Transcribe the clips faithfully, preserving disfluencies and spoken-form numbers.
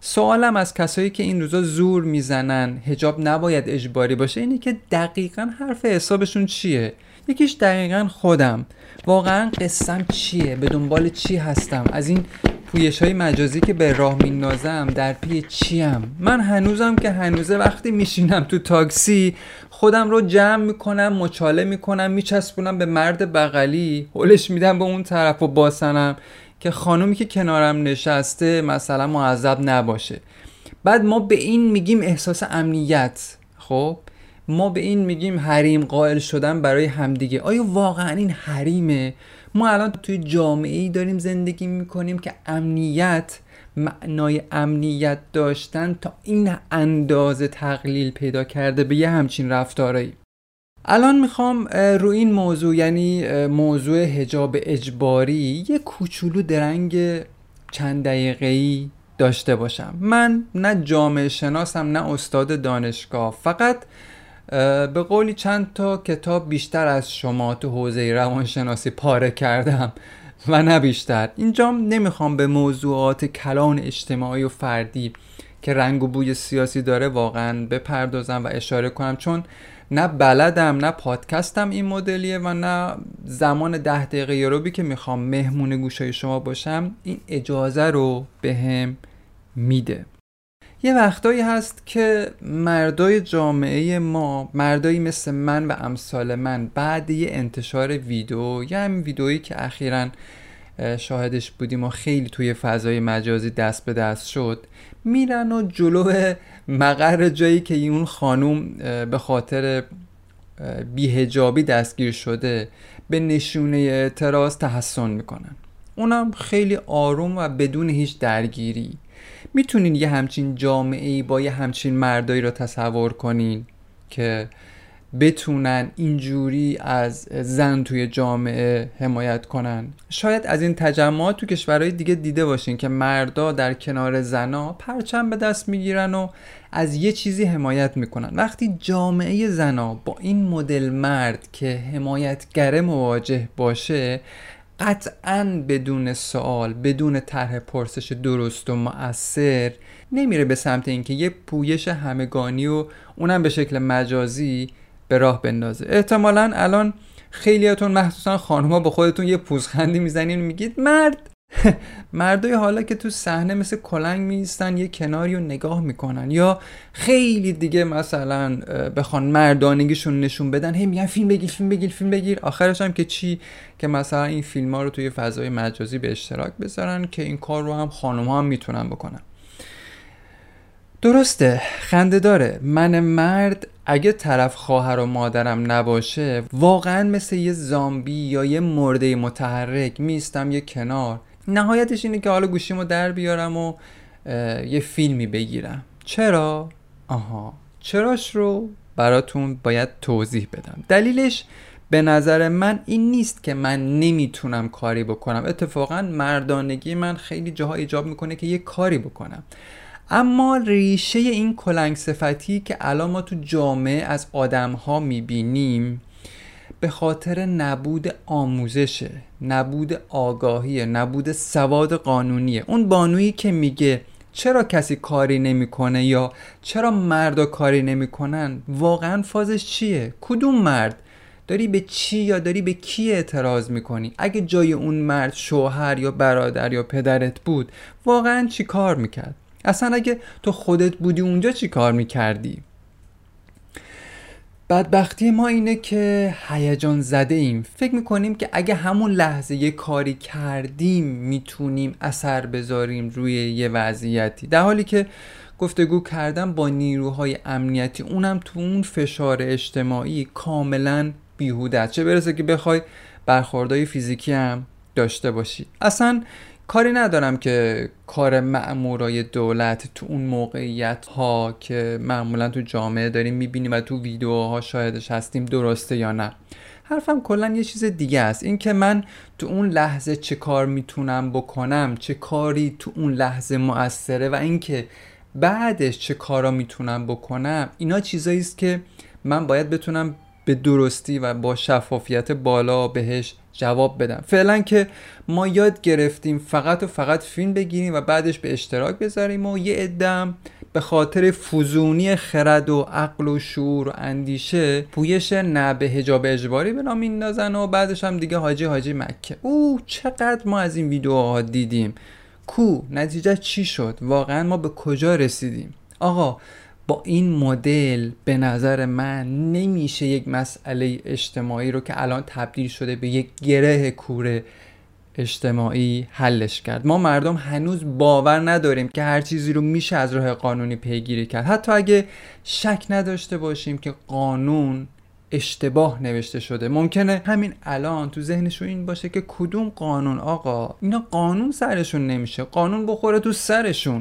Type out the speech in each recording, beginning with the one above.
سوالم از کسایی که این روزا زور میزنن حجاب نباید اجباری باشه اینه که دقیقاً حرف حسابشون چیه؟ یکیش دقیقاً خودم. واقعاً قصم چیه؟ به دنبال چی هستم؟ از این پویش‌های مجازی که به راه میندازم در پی چیم؟ من هنوزم که هنوزه وقتی میشینم تو تاکسی خودم رو جمع میکنم، مچاله میکنم، میچسبونم به مرد بغلی، هولش میدم به اون طرف و باسنم که خانومی که کنارم نشسته مثلا معذب نباشه. بعد ما به این میگیم احساس امنیت. خب ما به این میگیم حریم قائل شدن برای همدیگه. آیا واقعا این حریمه؟ ما الان توی جامعه‌ای داریم زندگی میکنیم که امنیت، معنای امنیت داشتن تا این اندازه تقلیل پیدا کرده به یه همچین رفتارایی. الان میخوام رو این موضوع، یعنی موضوع حجاب اجباری، یه کوچولو درنگ چند دقیقه‌ای داشته باشم. من نه جامعه شناسم نه استاد دانشگاه، فقط به قولی چند تا کتاب بیشتر از شما تو حوزه روانشناسی پاره کردم و نه بیشتر. اینجا نمیخوام به موضوعات کلان اجتماعی و فردی که رنگ و بوی سیاسی داره واقعا بپردازم و اشاره کنم، چون نه بلدم، نه پادکستم این مدلیه و نه زمان ده دقیقه یا روبی که میخوام مهمون گوشای شما باشم این اجازه رو بهم میده. یه وقتایی هست که مردای جامعه ما، مردایی مثل من و امثال من، بعد یه انتشار ویدیو یا همین ویدیویی که اخیراً شاهدش بودیم و خیلی توی فضای مجازی دست به دست شد، میرن و جلو مقر جایی که اون خانوم به خاطر بی‌حجابی دستگیر شده به نشونه اعتراض تحسن میکنن، اونم خیلی آروم و بدون هیچ درگیری. میتونین یه همچین جامعه‌ای با یه همچین مردایی رو تصور کنین که بتونن اینجوری از زن توی جامعه حمایت کنن؟ شاید از این تجمعات تو کشورهای دیگه دیده باشین که مردا در کنار زنا پرچم به دست میگیرن و از یه چیزی حمایت میکنن. وقتی جامعه زنا با این مدل مرد که حمایتگر مواجه باشه، قطعاً بدون سوال، بدون طرح پرسش درست و مؤثر نمیره به سمت اینکه یه پویش همگانی و اونم به شکل مجازی به راه بندازه. احتمالاً الان خیلیاتون مخصوصا خانوما با خودتون یه پوزخندی میزنین و میگید مرد مردای حالا که تو صحنه مثل کلنگ میستن یه کناری رو نگاه میکنن، یا خیلی دیگه مثلا بخوان مردانگیشون نشون بدن هی میگن فیلم بگیر فیلم بگیر فیلم بگیر. آخرش هم که چی؟ که مثلا این فیلم ها رو توی فضای مجازی به اشتراک بذارن که این کار رو هم خانوم ها هم میتونن بکنن. درسته، خنده داره. من مرد اگه طرف خواهر و مادرم نباشه واقعا مثل یه زامبی یا یه مرده متحرک میستم یه کنار. نهایتش اینه که حالا گوشیمو در بیارم و یه فیلمی بگیرم. چرا؟ آها، چراش رو براتون باید توضیح بدم. دلیلش به نظر من این نیست که من نمیتونم کاری بکنم. اتفاقا مردانگی من خیلی جاها ایجاب میکنه که یه کاری بکنم، اما ریشه این کلنگ صفتی که الان ما تو جامعه از آدم‌ها می‌بینیم به خاطر نبود آموزشه، نبود آگاهیه، نبود سواد قانونیه. اون بانویی که میگه چرا کسی کاری نمی‌کنه یا چرا مردا کاری نمی‌کنن، واقعا فازش چیه؟ کدوم مرد؟ داری به چی یا داری به کی اعتراض میکنی؟ اگه جای اون مرد شوهر یا برادر یا پدرت بود واقعا چی کار میکرد؟ اصلا اگه تو خودت بودی اونجا چی کار میکردی؟ بدبختی ما اینه که هیجان زده ایم. فکر میکنیم که اگه همون لحظه یه کاری کردیم میتونیم اثر بذاریم روی یه وضعیتی، در حالی که گفتگو کردن با نیروهای امنیتی، اونم تو اون فشار اجتماعی، کاملا بیهوده است. چه برسه که بخوای برخوردهای فیزیکی هم داشته باشی. اصلا کاری ندارم که کار مأمورای دولت تو اون موقعیت ها که معمولا تو جامعه داریم میبینیم و تو ویدیوها شاهدش هستیم درسته یا نه. حرفم کلا یه چیز دیگه است. این که من تو اون لحظه چه کار میتونم بکنم، چه کاری تو اون لحظه مؤثره و اینکه بعدش چه کارا میتونم بکنم، اینا چیزایی است که من باید بتونم به درستی و با شفافیت بالا بهش جواب بدم. فعلا که ما یاد گرفتیم فقط و فقط فیلم بگیریم و بعدش به اشتراک بذاریم و یه عده‌ام به خاطر فزونی خرد و عقل و شعور و اندیشه پویش نه به حجاب اجباری به نام میندازن و بعدش هم دیگه حاجی حاجی مکه. او چقدر ما از این ویدیوها دیدیم. کو نتیجه چی شد؟ واقعا ما به کجا رسیدیم؟ آقا با این مدل به نظر من نمیشه یک مسئله اجتماعی رو که الان تبدیل شده به یک گره کوره اجتماعی حلش کرد. ما مردم هنوز باور نداریم که هر چیزی رو میشه از راه قانونی پیگیری کرد، حتی اگه شک نداشته باشیم که قانون اشتباه نوشته شده. ممکنه همین الان تو ذهنشون این باشه که کدوم قانون آقا، اینا قانون سرشون نمیشه، قانون بخوره تو سرشون.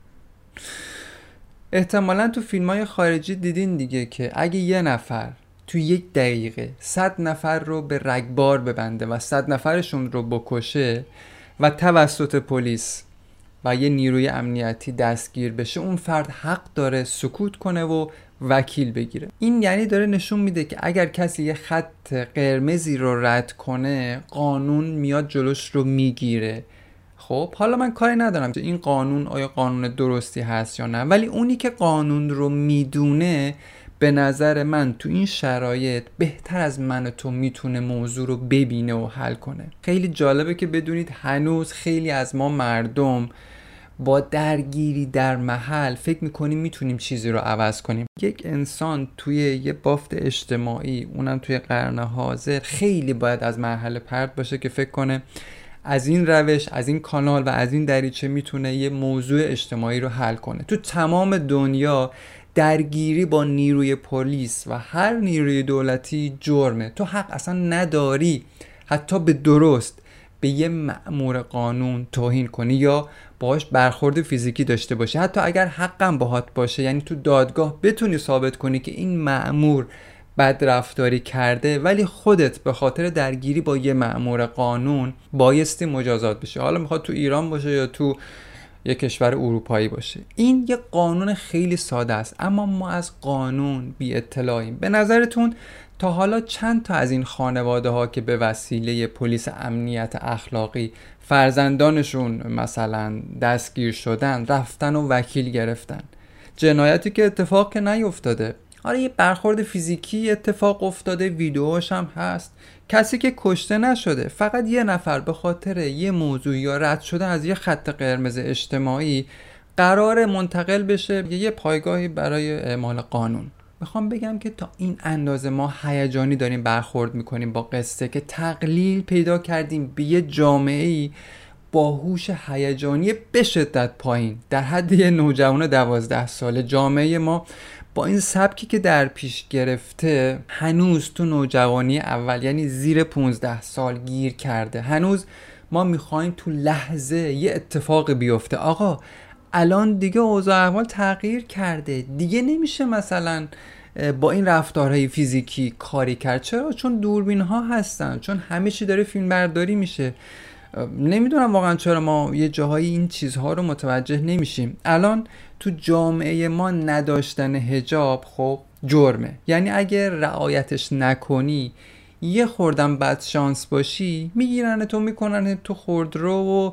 احتمالاً تو فیلم‌های خارجی دیدین دیگه که اگه یه نفر تو یک دقیقه صد نفر رو به رگبار ببنده و صد نفرشون رو بکشه و توسط پلیس و یه نیروی امنیتی دستگیر بشه، اون فرد حق داره سکوت کنه و وکیل بگیره. این یعنی داره نشون میده که اگر کسی یه خط قرمزی رو رد کنه، قانون میاد جلوش رو میگیره. خب حالا من کاری ندارم که این قانون آیا قانون درستی هست یا نه، ولی اونی که قانون رو میدونه به نظر من تو این شرایط بهتر از من و تو میتونه موضوع رو ببینه و حل کنه. خیلی جالبه که بدونید هنوز خیلی از ما مردم با درگیری در محل فکر میکنیم میتونیم چیزی رو عوض کنیم. یک انسان توی یه بافت اجتماعی، اونم توی قرن حاضر، خیلی باید از مرحله پرت باشه که فکر کنه از این روش، از این کانال و از این دریچه میتونه یه موضوع اجتماعی رو حل کنه. تو تمام دنیا درگیری با نیروی پلیس و هر نیروی دولتی جرمه. تو حق اصلا نداری حتی به درست به یه مأمور قانون توهین کنی یا باهاش برخورد فیزیکی داشته باشی. حتی اگر حقم باهات باشه، یعنی تو دادگاه بتونی ثابت کنی که این مأمور بد رفتاری کرده، ولی خودت به خاطر درگیری با یه مأمور قانون بایستی مجازات بشه، حالا میخواد تو ایران باشه یا تو یک کشور اروپایی باشه. این یه قانون خیلی ساده است، اما ما از قانون بی اطلاعیم. به نظرتون تا حالا چند تا از این خانواده ها که به وسیله پلیس امنیت اخلاقی فرزندانشون مثلا دستگیر شدن رفتن و وکیل گرفتن؟ جنایتی که اتفاق که نیفتاده. آره یه برخورد فیزیکی اتفاق افتاده، ویدیوهاش هم هست، کسی که کشته نشده، فقط یه نفر به خاطر یه موضوع یا رد شده از یه خط قرمز اجتماعی قرار منتقل بشه یه پایگاهی برای اعمال قانون. میخوام بگم که تا این اندازه ما هیجانی داریم برخورد میکنیم با قصه که تقلیل پیدا کردیم به یه جامعه‌ای با هوش هیجانی به شدت پایین، در حد یه نوجوان دوازده ساله. جامعه ما با این سبکی که در پیش گرفته هنوز تو نوجوانی اول، یعنی زیر پونزده سال گیر کرده. هنوز ما میخوایم تو لحظه یه اتفاق بیفته. آقا الان دیگه اوضاع احوال تغییر کرده، دیگه نمیشه مثلا با این رفتارهای فیزیکی کاری کرد. چرا؟ چون دوربین ها هستن، چون همه چی داره فیلم برداری میشه. نمیدونم واقعا چرا ما یه جاهای این چیزها رو متوجه نمیشیم. الان تو جامعه ما نداشتن حجاب خب جرمه، یعنی اگه رعایتش نکنی، یه خوردم بد شانس باشی، میگیرن تو میکنن تو خودرو و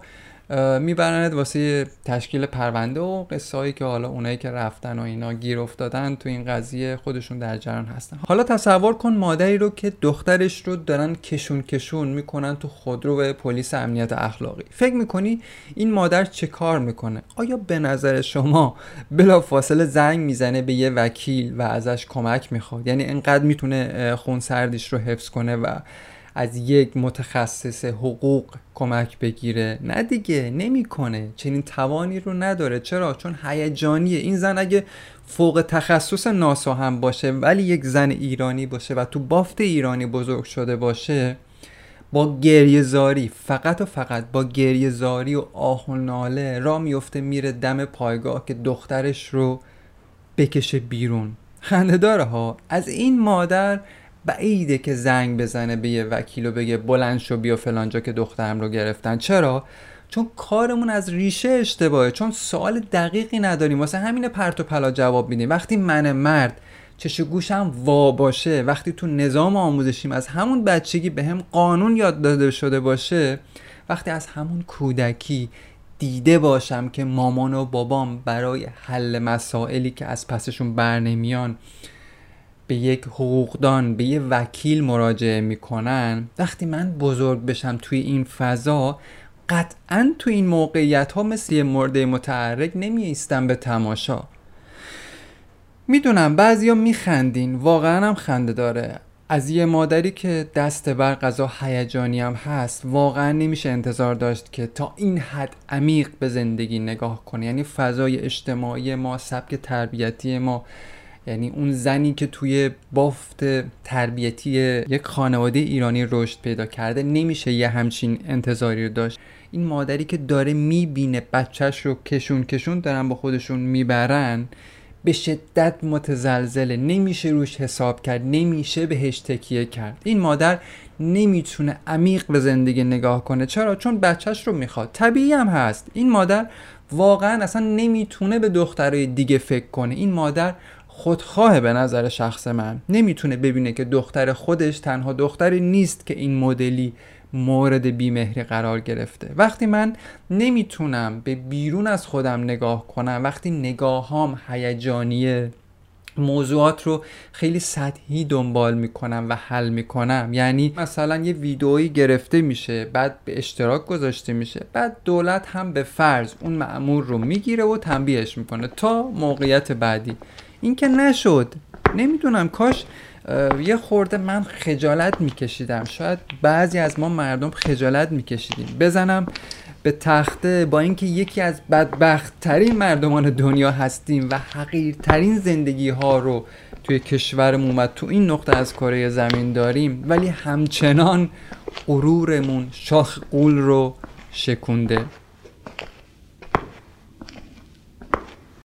میبرنت واسه تشکیل پرونده و قصه هایی که حالا اونایی که رفتن و اینا گیر افتادن تو این قضیه خودشون در جریان هستن. حالا تصور کن مادری رو که دخترش رو دارن کشون کشون میکنن تو خودرو پلیس امنیت اخلاقی. فکر میکنی این مادر چه کار میکنه؟ آیا به نظر شما بلا فاصله زنگ میزنه به یه وکیل و ازش کمک میخواد؟ یعنی انقدر میتونه خونسردیش رو حفظ کنه و از یک متخصص حقوق کمک بگیره؟ نه دیگه، نمیکنه. چنین توانی رو نداره. چرا؟ چون هیجانیه. این زن اگه فوق تخصص ناسا هم باشه ولی یک زن ایرانی باشه و تو بافت ایرانی بزرگ شده باشه، با گریه‌زاری، فقط و فقط با گریه‌زاری و آه و ناله راه میفته میره دم پایگاه که دخترش رو بکشه بیرون. خنده داره ها. از این مادر بعیده که زنگ بزنه به یه وکیل و بگه بلند شو بیا فلانجا که دخترم رو گرفتن. چرا؟ چون کارمون از ریشه اشتباهه، چون سوال دقیقی نداریم، واسه همین پرت و پلا جواب میدیم. وقتی من مرد چش و گوشم وا باشه، وقتی تو نظام آموزشیم از همون بچگی به هم قانون یاد داده شده باشه، وقتی از همون کودکی دیده باشم که مامان و بابام برای حل مسائلی که از پسشون بر نمیان به یک حقوقدان، به یک وکیل مراجعه میکنن، وقتی من بزرگ بشم توی این فضا، قطعاً توی این موقعیت ها مثل یه مرده متحرک نمی ایستم به تماشا. میدونم بعضیا میخندین، واقعا هم خنده داره. از یه مادری که دست بر قضا هیجانی هم هست، واقعا نمیشه انتظار داشت که تا این حد عمیق به زندگی نگاه کنه. یعنی فضای اجتماعی ما، سبک تربیتی ما، یعنی اون زنی که توی بافت تربیتی یک خانواده ایرانی رشد پیدا کرده، نمیشه یه همچین انتظاری رو داشت. این مادری که داره میبینه بچهش رو کشون کشون دارن با خودشون میبرن، به شدت متزلزله، نمیشه روش حساب کرد، نمیشه بهش تکیه کرد. این مادر نمیتونه عمیق به زندگی نگاه کنه. چرا؟ چون بچهش رو میخواد. طبیعی هم هست. این مادر واقعا اصلا نمیتونه به دخترای دیگه فکر کنه. این مادر خودخواه به نظر شخص من. نمیتونه ببینه که دختر خودش تنها دختری نیست که این مدلی مورد بیمهری قرار گرفته. وقتی من نمیتونم به بیرون از خودم نگاه کنم، وقتی نگاهام هیجانیه، موضوعات رو خیلی سطحی دنبال میکنم و حل میکنم، یعنی مثلا یه ویدئویی گرفته میشه، بعد به اشتراک گذاشته میشه، بعد دولت هم به فرض اون مأمور رو میگیره و تنبیهش میکنه تا موقعیت بعدی. این که نشد. نمیدونم، کاش یه خورده من خجالت میکشیدم، شاید بعضی از ما مردم خجالت میکشیدیم بزنم به تخته، با اینکه یکی از بدبخت ترین مردمان دنیا هستیم و حقیرترین زندگی ها رو توی کشورمون و تو این نقطه از کره زمین داریم، ولی همچنان غرورمون شاخ غول رو شکونده.